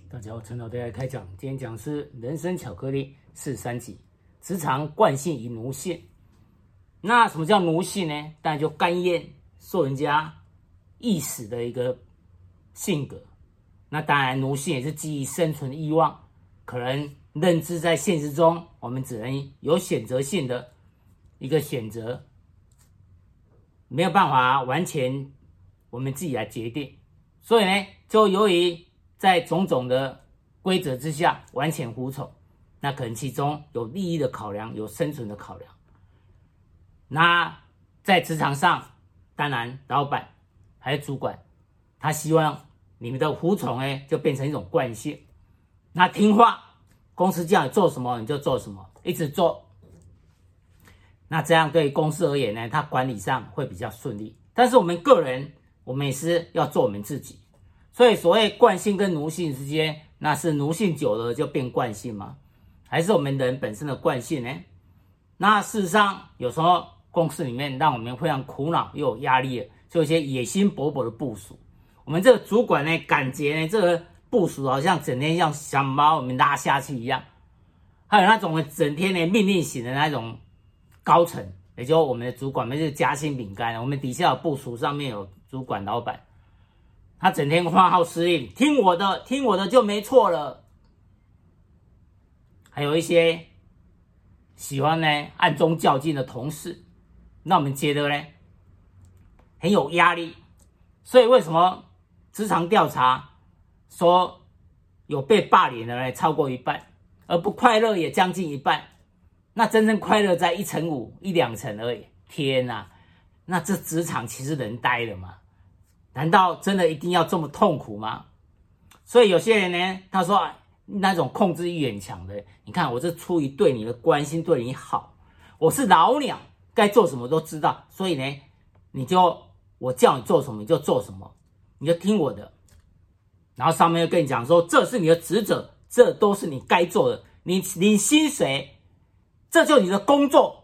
大家好，陈老师开讲。今天讲的是人生巧克力43集，职场惯性与奴性。那什么叫奴性呢？当然就甘愿受人家意使的一个性格。那当然，奴性也是基于生存欲望，可能认知在现实中，我们只能有选择性的一个选择，没有办法完全我们自己来决定。所以呢，就由于在种种的规则之下完全服从，那可能其中有利益的考量，有生存的考量。那在职场上，当然老板还有主管，他希望你们的服从就变成一种惯性。那听话，公司叫你做什么你就做什么，一直做。那这样对公司而言呢，它管理上会比较顺利。但是我们个人，我们也是要做我们自己。所以所谓惯性跟奴性之间，那是奴性久了就变惯性吗？还是我们人本身的惯性呢？那事实上，有时候公司里面让我们非常苦恼又有压力的，就有一些野心勃勃的部属。我们这个主管呢，感觉呢这个部属好像整天要想把我们拉下去一样。还有那种整天呢命令型的那种高层，也就我们的主管，我们是夹心饼干，我们底下有部属，上面有主管老板。他整天发号施令，听我的，听我的就没错了。还有一些喜欢呢暗中较劲的同事，那我们觉得呢很有压力。所以为什么职场调查说有被霸凌的呢超过一半，而不快乐也将近一半？那真正快乐在1%、1-2%而已。天哪，那这职场其实人呆了吗？难道真的一定要这么痛苦吗？所以有些人呢，他说那种控制欲很强的，你看我是出于对你的关心，对你好，我是老鸟，该做什么都知道，所以呢，我叫你做什么你就做什么，你就听我的。然后上面又跟你讲说，这是你的职责，这都是你该做的，你领薪水，这就是你的工作。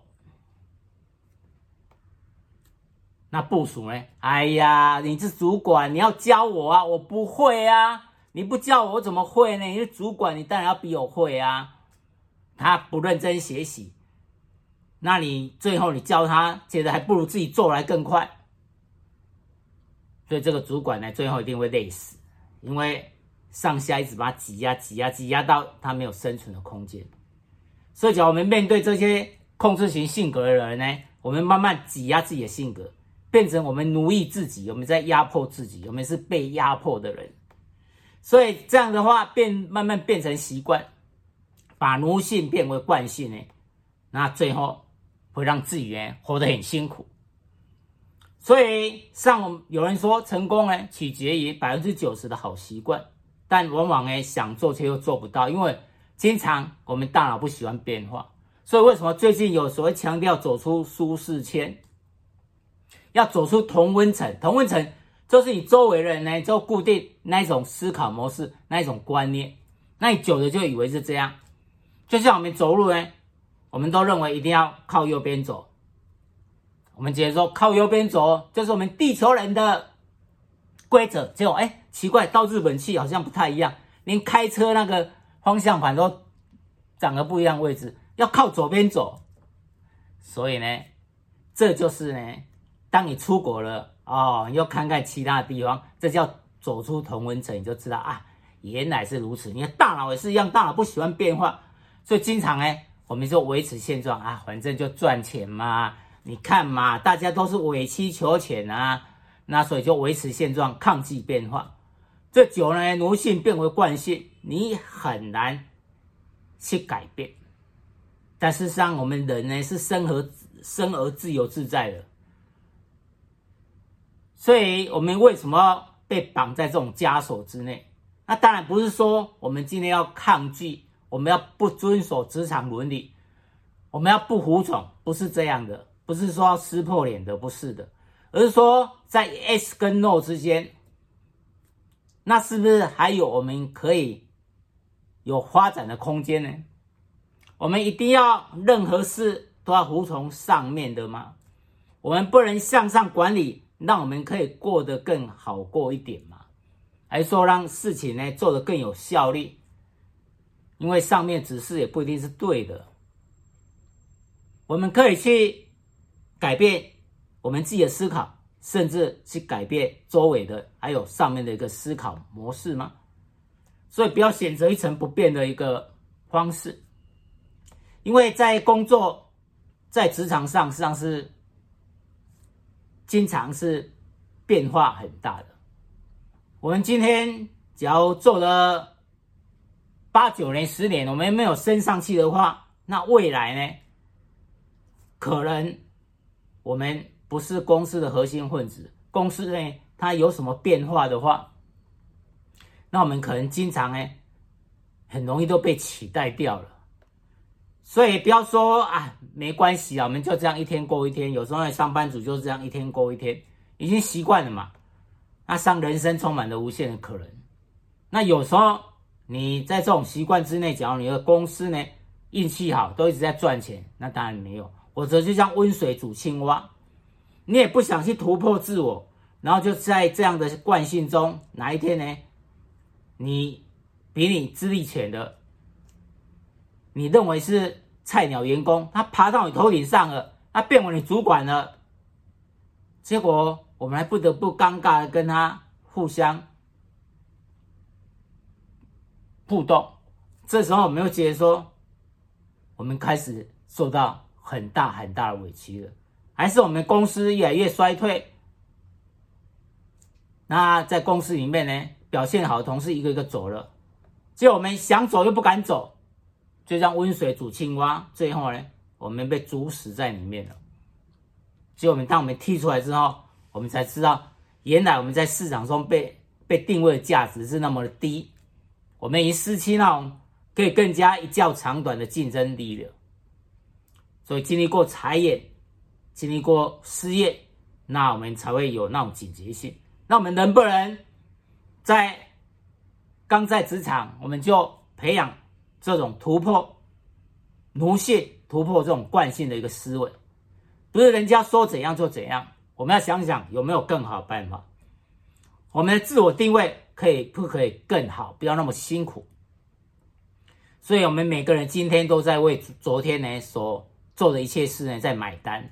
那部属呢？哎呀，你是主管，你要教我啊，我不会啊，你不教我怎么会呢？你是主管，你当然要比我会啊。他不认真学习，那你最后你教他，觉得还不如自己做来更快。所以这个主管呢，最后一定会累死，因为上下一直把他挤压到他没有生存的空间。所以，假如我们面对这些控制型性格的人呢，我们慢慢挤压自己的性格。变成我们奴役自己，我们在压迫自己，我们是被压迫的人。所以这样的话慢慢变成习惯，把奴性变为惯性呢，那最后会让自己呢活得很辛苦。所以有人说成功呢取决于90%的好习惯，但往往呢想做却又做不到，因为经常我们大脑不喜欢变化。所以为什么最近有所谓强调走出舒适圈？要走出同温层，同温层就是你周围的人呢，就固定那一种思考模式，那一种观念，那你久了就以为是这样。就像我们走路呢，我们都认为一定要靠右边走，我们觉得说靠右边走就是我们地球人的规则。结果奇怪，到日本去好像不太一样，连开车那个方向盘都长得不一样位置，要靠左边走。所以呢，这就是呢。当你出国了你又看看其他的地方，这叫走出同温层，你就知道啊，原来是如此。你的大脑也是一样，大脑不喜欢变化，所以经常我们就维持现状啊，反正就赚钱嘛，你看嘛，大家都是委曲求全啊，那所以就维持现状，抗拒变化。这久了呢，奴性变为惯性，你很难去改变。但事实上，我们人呢是生而自由自在的。所以我们为什么被绑在这种枷锁之内？那当然不是说我们今天要抗拒，我们要不遵守职场伦理，我们要不服从，不是这样的，不是说要撕破脸的，不是的，而是说在 yes 跟 no 之间，那是不是还有我们可以有发展的空间呢？我们一定要任何事都要服从上面的吗？我们不能向上管理，让我们可以过得更好过一点嘛？ 还是说让事情呢做得更有效率？因为上面指示也不一定是对的，我们可以去改变我们自己的思考，甚至去改变周围的还有上面的一个思考模式吗？所以不要选择一成不变的一个方式，因为在工作在职场上实际上是经常是变化很大的。我们今天只要做了8、9年、10年，我们没有升上去的话，那未来呢，可能我们不是公司的核心分子，公司呢它有什么变化的话，那我们可能经常呢很容易都被取代掉了。所以不要说啊没关系啊，我们就这样一天过一天，有时候上班族就是这样一天过一天，已经习惯了嘛。那让人生充满了无限的可能。那有时候你在这种习惯之内，假如你的公司呢运气好，都一直在赚钱，那当然没有。或者就像温水煮青蛙，你也不想去突破自我，然后就在这样的惯性中，哪一天呢，你比你资历浅的，你认为是菜鸟员工，他爬到你头顶上了，他变为你主管了，结果我们还不得不尴尬的跟他互相互动。这时候我们又觉得说，我们开始受到很大很大的委屈了，还是我们公司越来越衰退？那在公司里面呢，表现好的同事一个一个走了，结果我们想走又不敢走，就像温水煮青蛙，最后呢，我们被煮死在里面了。结果当我们踢出来之后，我们才知道，原来我们在市场中被定位的价值是那么的低，我们已经失去那种可以更加一较长短的竞争力了。所以经历过裁员，经历过失业，那我们才会有那种警觉性。那我们能不能刚在职场，我们就培养这种突破奴性、突破这种惯性的一个思维？不是人家说怎样就怎样，我们要想想有没有更好的办法。我们的自我定位不可以更好，不要那么辛苦。所以我们每个人今天都在为昨天呢所做的一切事呢在买单，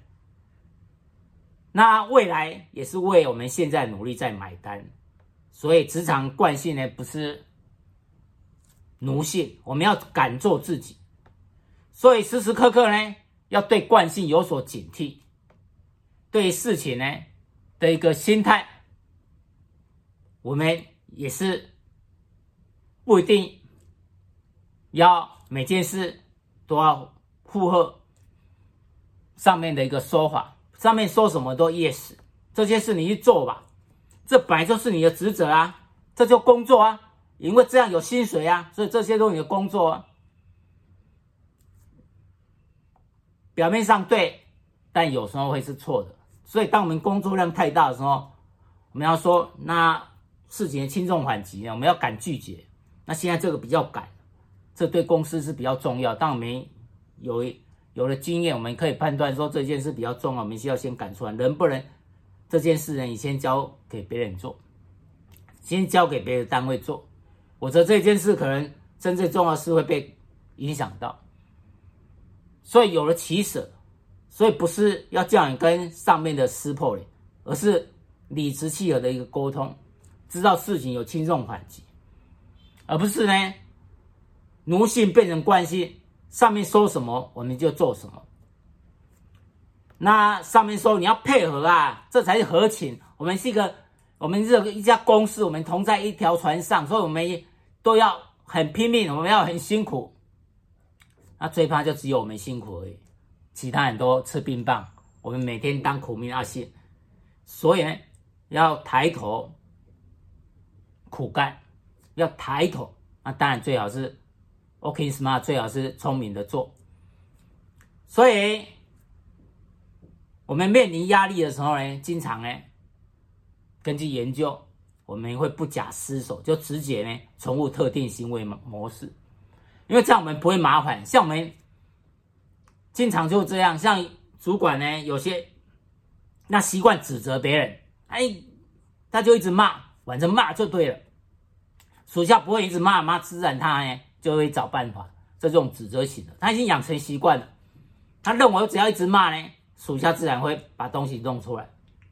那未来也是为我们现在努力在买单。所以职场惯性呢不是奴性，我们要敢做自己。所以时时刻刻呢要对惯性有所警惕，对事情呢的一个心态，我们也是不一定要每件事都要附和上面的一个说法，上面说什么都 yes， 这件事你去做吧，这本来就是你的职责啊，这就工作啊，因为这样有薪水啊，所以这些都是你的工作啊。表面上对，但有时候会是错的。所以当我们工作量太大的时候，我们要说那事情的轻重缓急，我们要敢拒绝。那现在这个比较敢，这对公司是比较重要。当我们有了经验，我们可以判断说这件事比较重要，我们需要先赶出来，能不能这件事呢？你先交给别人做，先交给别的单位做，否则这件事可能真正重要的事会被影响到。所以有了取舍，所以不是要叫你跟上面的撕破脸，而是理直气和的一个沟通，知道事情有轻重缓急，而不是呢奴性变成惯性，上面说什么我们就做什么。那上面说你要配合啊，这才是合情。我们是一家公司，我们同在一条船上，所以我们都要很拼命，我们要很辛苦。那最怕就只有我们辛苦而已，其他人都吃冰棒，我们每天当苦命阿信。所以呢，要抬头苦干，要抬头。那当然最好是 OK smart， 最好是聪明的做。所以我们面临压力的时候呢，经常呢，根据研究，我们会不假思索就直接呢重复特定行为模式，因为这样我们不会麻烦。像我们经常就这样，像主管呢，有些那习惯指责别人，他就一直骂，反正骂就对了。 属下不会一直骂，自然他呢就会找办法。这种指责型的，他已经养成习惯了，他认为我只要一直骂呢，属下自然会把东西弄出来。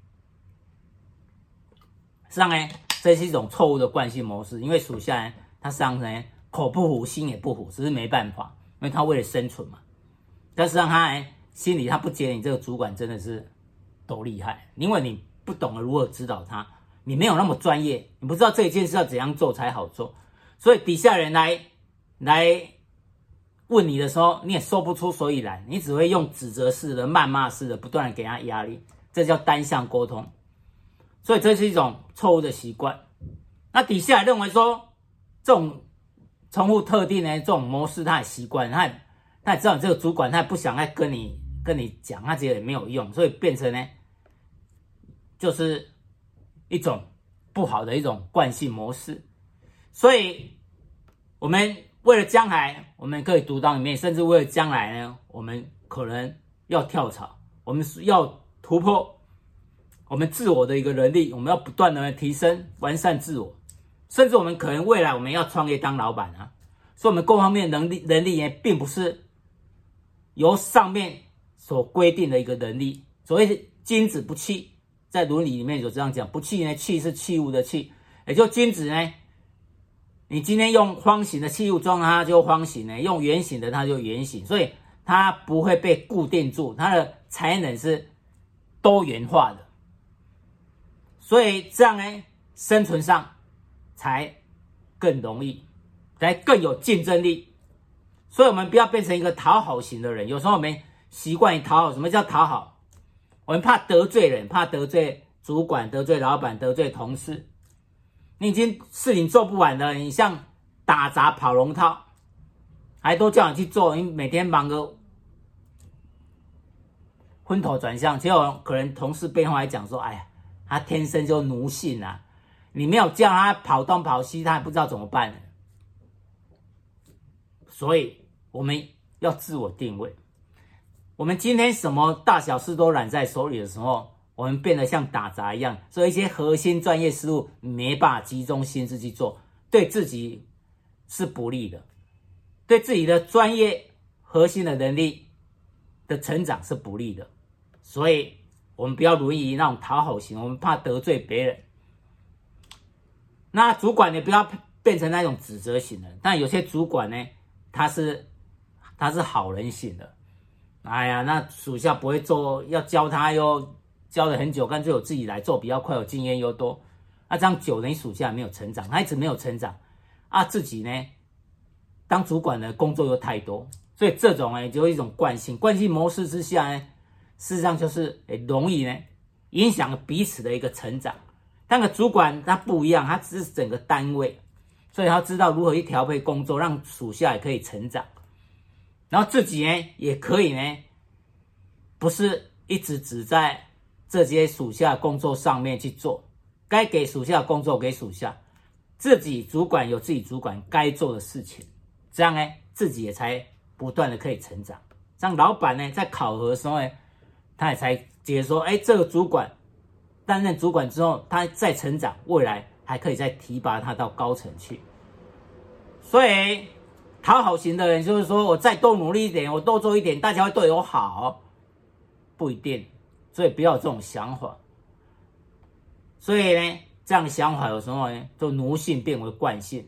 实际上呢，这是一种错误的惯性模式，因为属下呢，他实际上呢口不服心也不服，只是没办法，因为他为了生存嘛。但实际上他呢心里他不觉得你这个主管真的是多厉害，因为你不懂得如何指导他，你没有那么专业，你不知道这一件事要怎样做才好做，所以底下人来问你的时候，你也说不出所以然，你只会用指责式的、谩骂式的，不断的给他压力，这叫单向沟通。所以这是一种错误的习惯。那底下认为说，这种重复特定的这种模式，他也习惯，他也知道你这个主管，他也不想再跟你讲，他觉得也没有用，所以变成呢，就是一种不好的一种惯性模式。所以我们为了将来，我们可以读到里面，甚至为了将来呢，我们可能要跳槽，我们要突破我们自我的一个能力，我们要不断的提升、完善自我，甚至我们可能未来我们要创业当老板啊，所以我们各方面能力也并不是由上面所规定的一个能力。所谓的君子不器，在伦理里面有这样讲，不器呢，器是器物的器，也就君子呢。你今天用方形的器物装它就方形呢，用圆形的它就圆形，所以它不会被固定住，它的才能是多元化的，所以这样呢，生存上才更容易，才更有竞争力。所以我们不要变成一个讨好型的人，有时候我们习惯于讨好。什么叫讨好？我们怕得罪人，怕得罪主管、得罪老板、得罪同事。你已经事情做不完了，你像打杂跑龙套，还都叫你去做，你每天忙个昏头转向，结果可能同事背后还讲说：“哎呀，他天生就奴性啊，你没有叫他跑东跑西，他还不知道怎么办呢。”所以我们要自我定位。我们今天什么大小事都揽在手里的时候，我们变得像打杂一样，所以一些核心专业事务没办法集中心思去做，对自己是不利的，对自己的专业核心的能力的成长是不利的。所以我们不要沦于那种讨好型，我们怕得罪别人。那主管也不要变成那种指责型的，但有些主管呢，他是好人型的。哎呀，那属下不会做，要教他又教了很久，干脆我自己来做比较快，我经验又多。那这样久了，你属下没有成长，他一直没有成长啊，自己呢当主管的工作又太多，所以这种呢就是一种惯性模式之下呢，事实上就是容易呢影响彼此的一个成长。但个主管他不一样，他只是整个单位，所以他知道如何去调配工作，让属下也可以成长。然后自己呢，也可以呢，不是一直只在这些属下工作上面去做，该给属下的工作给属下，自己主管有自己主管该做的事情，这样呢，自己也才不断的可以成长。这样老板呢，在考核的时候呢，他也才觉得说，这个主管担任主管之后，他再成长，未来还可以再提拔他到高层去。所以讨好型的人就是说我再多努力一点，我多做一点，大家会对我好，不一定，所以不要有这种想法。所以呢，这样的想法有时候呢，就奴性变为惯性。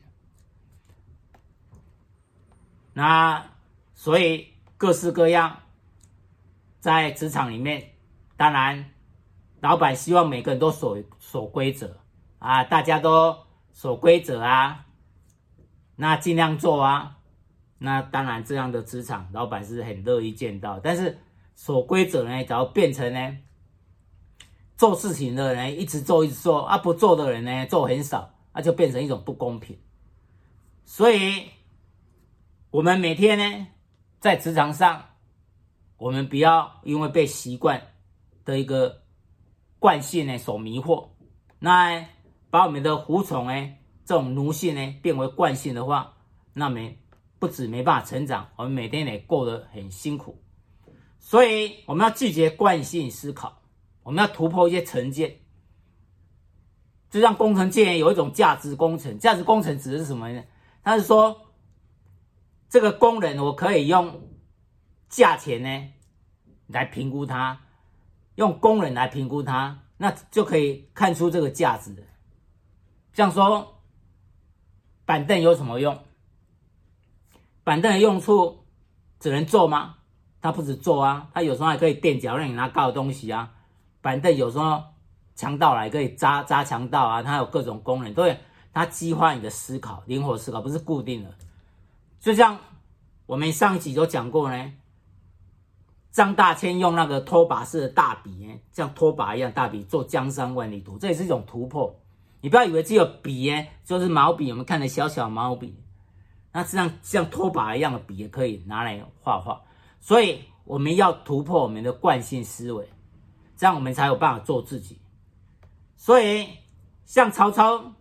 那所以各式各样，在职场里面，当然老板希望每个人都守规则啊，大家都守规则啊，那尽量做啊。那当然，这样的职场，老板是很乐意见到。但是守规则呢，只要变成呢，做事情的人一直做啊，不做的人呢做很少，那就变成一种不公平。所以，我们每天呢，在职场上，我们不要因为被习惯的一个惯性呢所迷惑，那把我们的服从呢这种奴性呢变为惯性的话，那么不止没办法成长，我们每天也过得很辛苦。所以我们要拒绝惯性思考，我们要突破一些成见， 就像工程界有一种价值工程，价值工程指的是什么呢？它是说这个工人我可以用价钱呢来评估它，用工人来评估它，那就可以看出这个价值了。像说板凳有什么用？板凳的用处只能坐吗？它不止坐啊，它有时候还可以垫脚，让你拿高的东西啊。板凳有时候强盗来可以扎强盗啊，它有各种功能，对，它激发你的思考，灵活思考，不是固定的。就像我们上一集有讲过呢，张大千用那个拖把式的大笔，像拖把一样大笔做江山万里图，这也是一种突破。你不要以为只有笔就是毛笔，我们看的小小毛笔，那实际上像拖把一样的笔也可以拿来画画。所以我们要突破我们的惯性思维，这样我们才有办法做自己。所以像曹操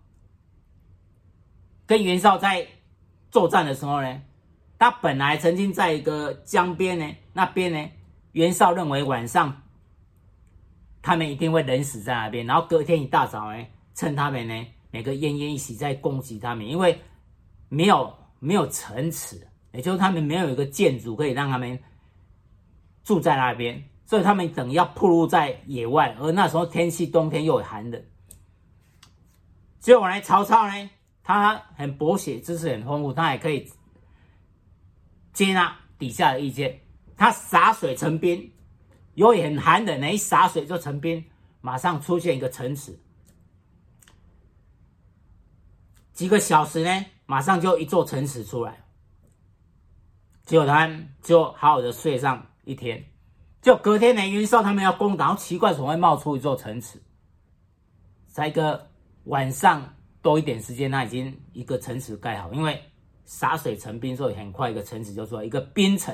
跟袁绍在作战的时候呢，他本来曾经在一个江边呢，那边呢，袁绍认为晚上他们一定会冷死在那边，然后隔天一大早呢，趁他们呢每个奄奄一息在攻击他们，因为没有城池，也就是他们没有一个建筑可以让他们住在那边，所以他们等于要暴露在野外，而那时候天气冬天又有寒冷。结果呢，曹操呢，他很博学，知识很丰富，他也可以接纳底下的意见，他洒水成冰，由于很寒冷呢，一洒水就成冰，马上出现一个城池。几个小时呢，马上就一座城池出来。结果他们就好好的睡上一天，就隔天呢，袁绍他们要攻打，奇怪怎么会冒出一座城池？才一个晚上多一点时间，他已经一个城池盖好，因为洒水成冰，所以很快一个城池就出来，一个冰城。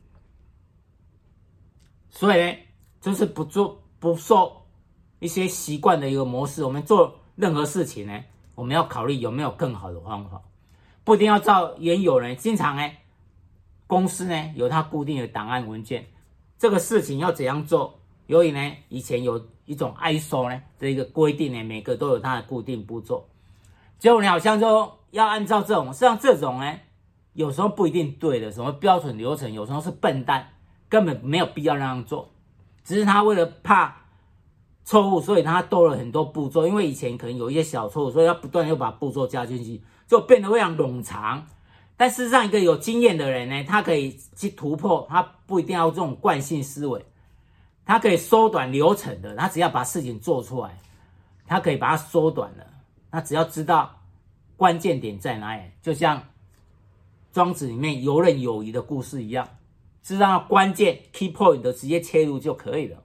所以呢，就是不受一些习惯的一个模式，我们做任何事情呢，我们要考虑有没有更好的方法，不一定要照原有人。经常呢，公司呢有它固定的档案文件，这个事情要怎样做？由于呢以前有一种 ISO 呢的一个规定呢，每个都有它的固定步骤。结果你好像就要按照这种，实际上这种呢有时候不一定对的，什么标准流程有时候是笨蛋，根本没有必要那样做。只是他为了怕错误，所以他多了很多步骤，因为以前可能有一些小错误，所以他不断又把步骤加进去，就变得非常冗长。但事实上，一个有经验的人呢，他可以去突破，他不一定要这种惯性思维，他可以缩短流程的，他只要把事情做出来，他可以把它缩短了，他只要知道关键点在哪里，就像庄子里面游刃有余的故事一样，知道关键 key point 的直接切入就可以了。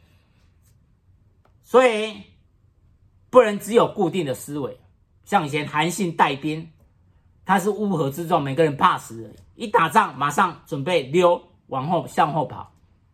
所以不能只有固定的思维，像以前韩信带兵，他是乌合之众，每个人怕死，一打仗马上准备溜，向后跑。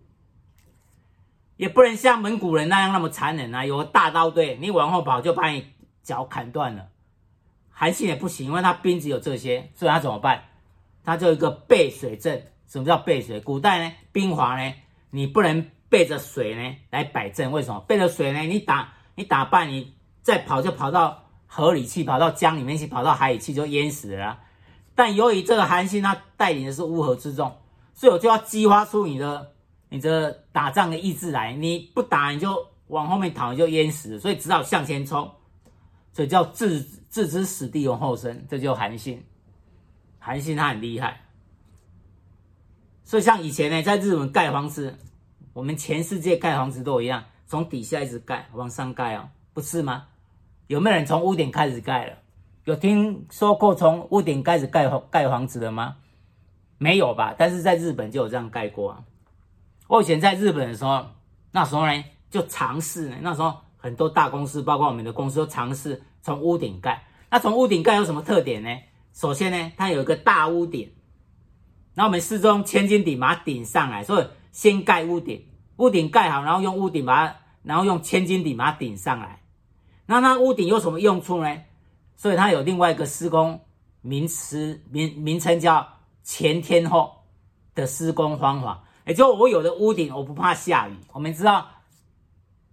也不能像蒙古人那样那么残忍啊，有个大刀队，你往后跑就把你脚砍断了。韩信也不行，因为他兵只有这些，所以他怎么办？他就有一个背水阵。什么叫背水？古代呢，兵法呢，你不能背着水呢来摆阵，为什么？背着水呢，你打败，你再跑就跑到河里去，跑到江里面去，跑到海里去就淹死了啦。但由于这个韩信他带领的是乌合之众，所以我就要激发出你的打仗的意志来，你不打你就往后面逃，你就淹死了，所以只好向前冲，所以叫置之死地而后生，这就韩信。韩信他很厉害。所以像以前呢，在日本盖房子，我们全世界盖房子都一样，从底下一直盖往上盖哦，不是吗？有没有人从屋顶开始盖了？有听说过从屋顶开始盖房子的吗？没有吧？但是在日本就有这样盖过啊。我以前在日本的时候，那时候呢就尝试呢，那时候很多大公司，包括我们的公司都尝试从屋顶盖。那从屋顶盖有什么特点呢？首先呢，它有一个大屋顶。然后我们四中千斤顶把它顶上来，所以先盖屋顶，屋顶盖好，然后用千斤顶把它顶上来。那它屋顶有什么用处呢？所以它有另外一个施工名称叫前天后的施工方法。也就是我有的屋顶我不怕下雨。我们知道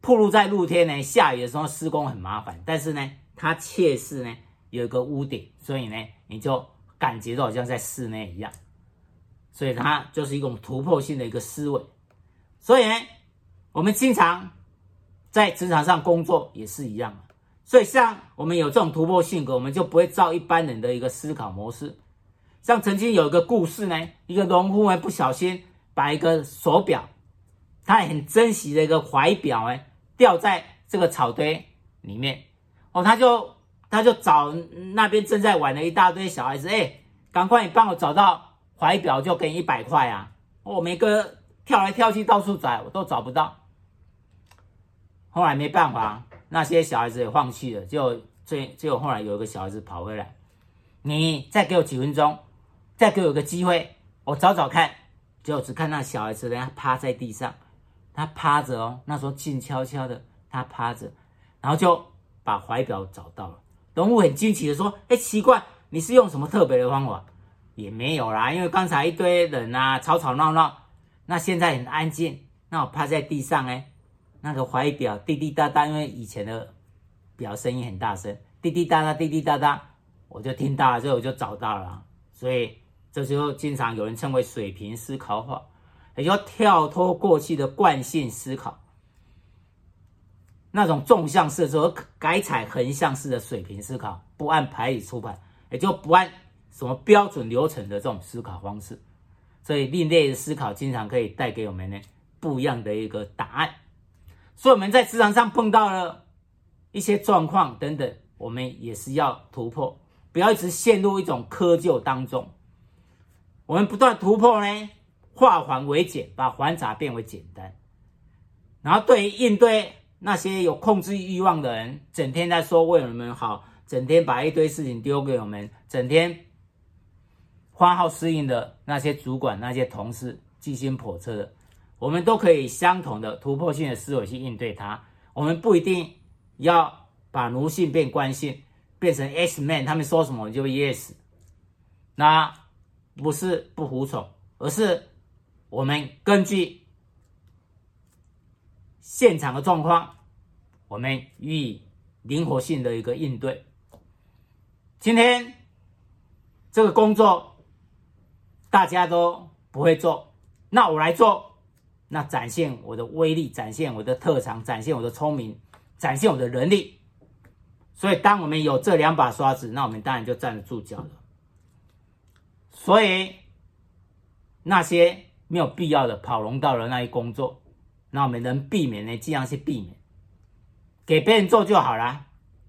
暴露在露天呢，下雨的时候施工很麻烦，但是呢，它却是呢有一个屋顶，所以呢，你就感觉到好像在室内一样，所以它就是一种突破性的一个思维。所以呢，我们经常在职场上工作也是一样的。所以像我们有这种突破性格，我们就不会照一般人的一个思考模式。像曾经有一个故事呢，一个农夫呢不小心把一个手表，他很珍惜的一个怀表呢，掉在这个草堆里面。他就找那边正在玩的一大堆小孩子，赶快你帮我找到怀表，就给你100块啊！每个跳来跳去到处找，我都找不到。后来没办法，那些小孩子也放弃了，结果后来有一个小孩子跑回来，你再给我几分钟，再给我一个机会，我找找看。结果只看那小孩子呢，他趴在地上，他趴着哦，那时候静悄悄的，他趴着，然后就把怀表找到了。农夫很惊奇的说：奇怪，你是用什么特别的方法？也没有啦，因为刚才一堆人啊，吵吵闹闹，那现在很安静，那我趴在地上那个怀表滴滴答答，因为以前的表声音很大声，滴滴答答滴滴答答，我就听到了，所以我就找到了。所以这就经常有人称为水平思考法，也就跳脱过去的惯性思考，那种纵向式和改采横向式的水平思考，不按牌理出牌，也就不按什么标准流程的这种思考方式。所以另类的思考经常可以带给我们呢不一样的一个答案。所以我们在职场上碰到了一些状况等等，我们也是要突破，不要一直陷入一种窠臼当中。我们不断突破呢，化繁为简，把繁杂变为简单。然后对于应对那些有控制欲望的人，整天在说为我们好，整天把一堆事情丢给我们，整天发号施令的那些主管、那些同事，居心叵测的，我们都可以相同的突破性的思维去应对它。我们不一定要把奴性变官性，变成 S man， 他们说什么我就 yes。那不是不服从，而是我们根据现场的状况，我们予以灵活性的一个应对。今天这个工作大家都不会做，那我来做，那展现我的威力，展现我的特长，展现我的聪明，展现我的能力。所以当我们有这2把刷子，那我们当然就站得住脚了。所以那些没有必要的跑龙道的那些工作，那我们能避免呢，尽量去避免，给别人做就好了。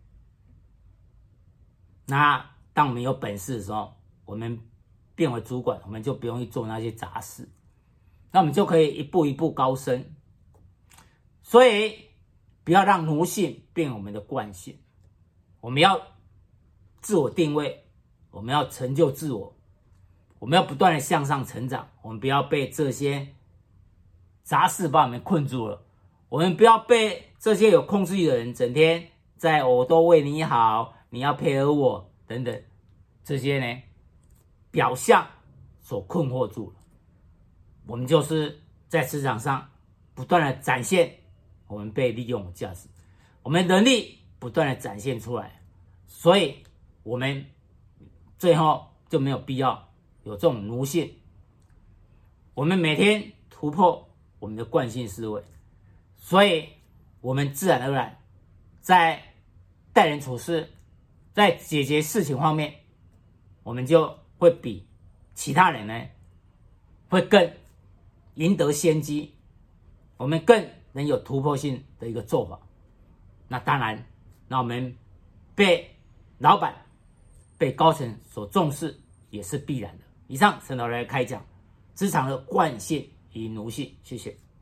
那当我们有本事的时候，我们变为主管，我们就不用去做那些杂事，那我们就可以一步一步高升。所以不要让奴性变我们的惯性，我们要自我定位，我们要成就自我，我们要不断的向上成长，我们不要被这些杂事把我们困住了，我们不要被这些有控制欲的人整天在我都为你好，你要配合我等等这些呢表象所困惑住了。我们就是在职场上不断的展现我们被利用的价值，我们能力不断的展现出来，所以我们最后就没有必要有这种奴性。我们每天突破我们的惯性思维，所以我们自然而然在待人处事，在解决事情方面，我们就会比其他人呢会更赢得先机，我们更能有突破性的一个做法。那当然，那我们被老板、被高层所重视也是必然的。以上陈导来开讲职场的惯性与奴性，谢谢。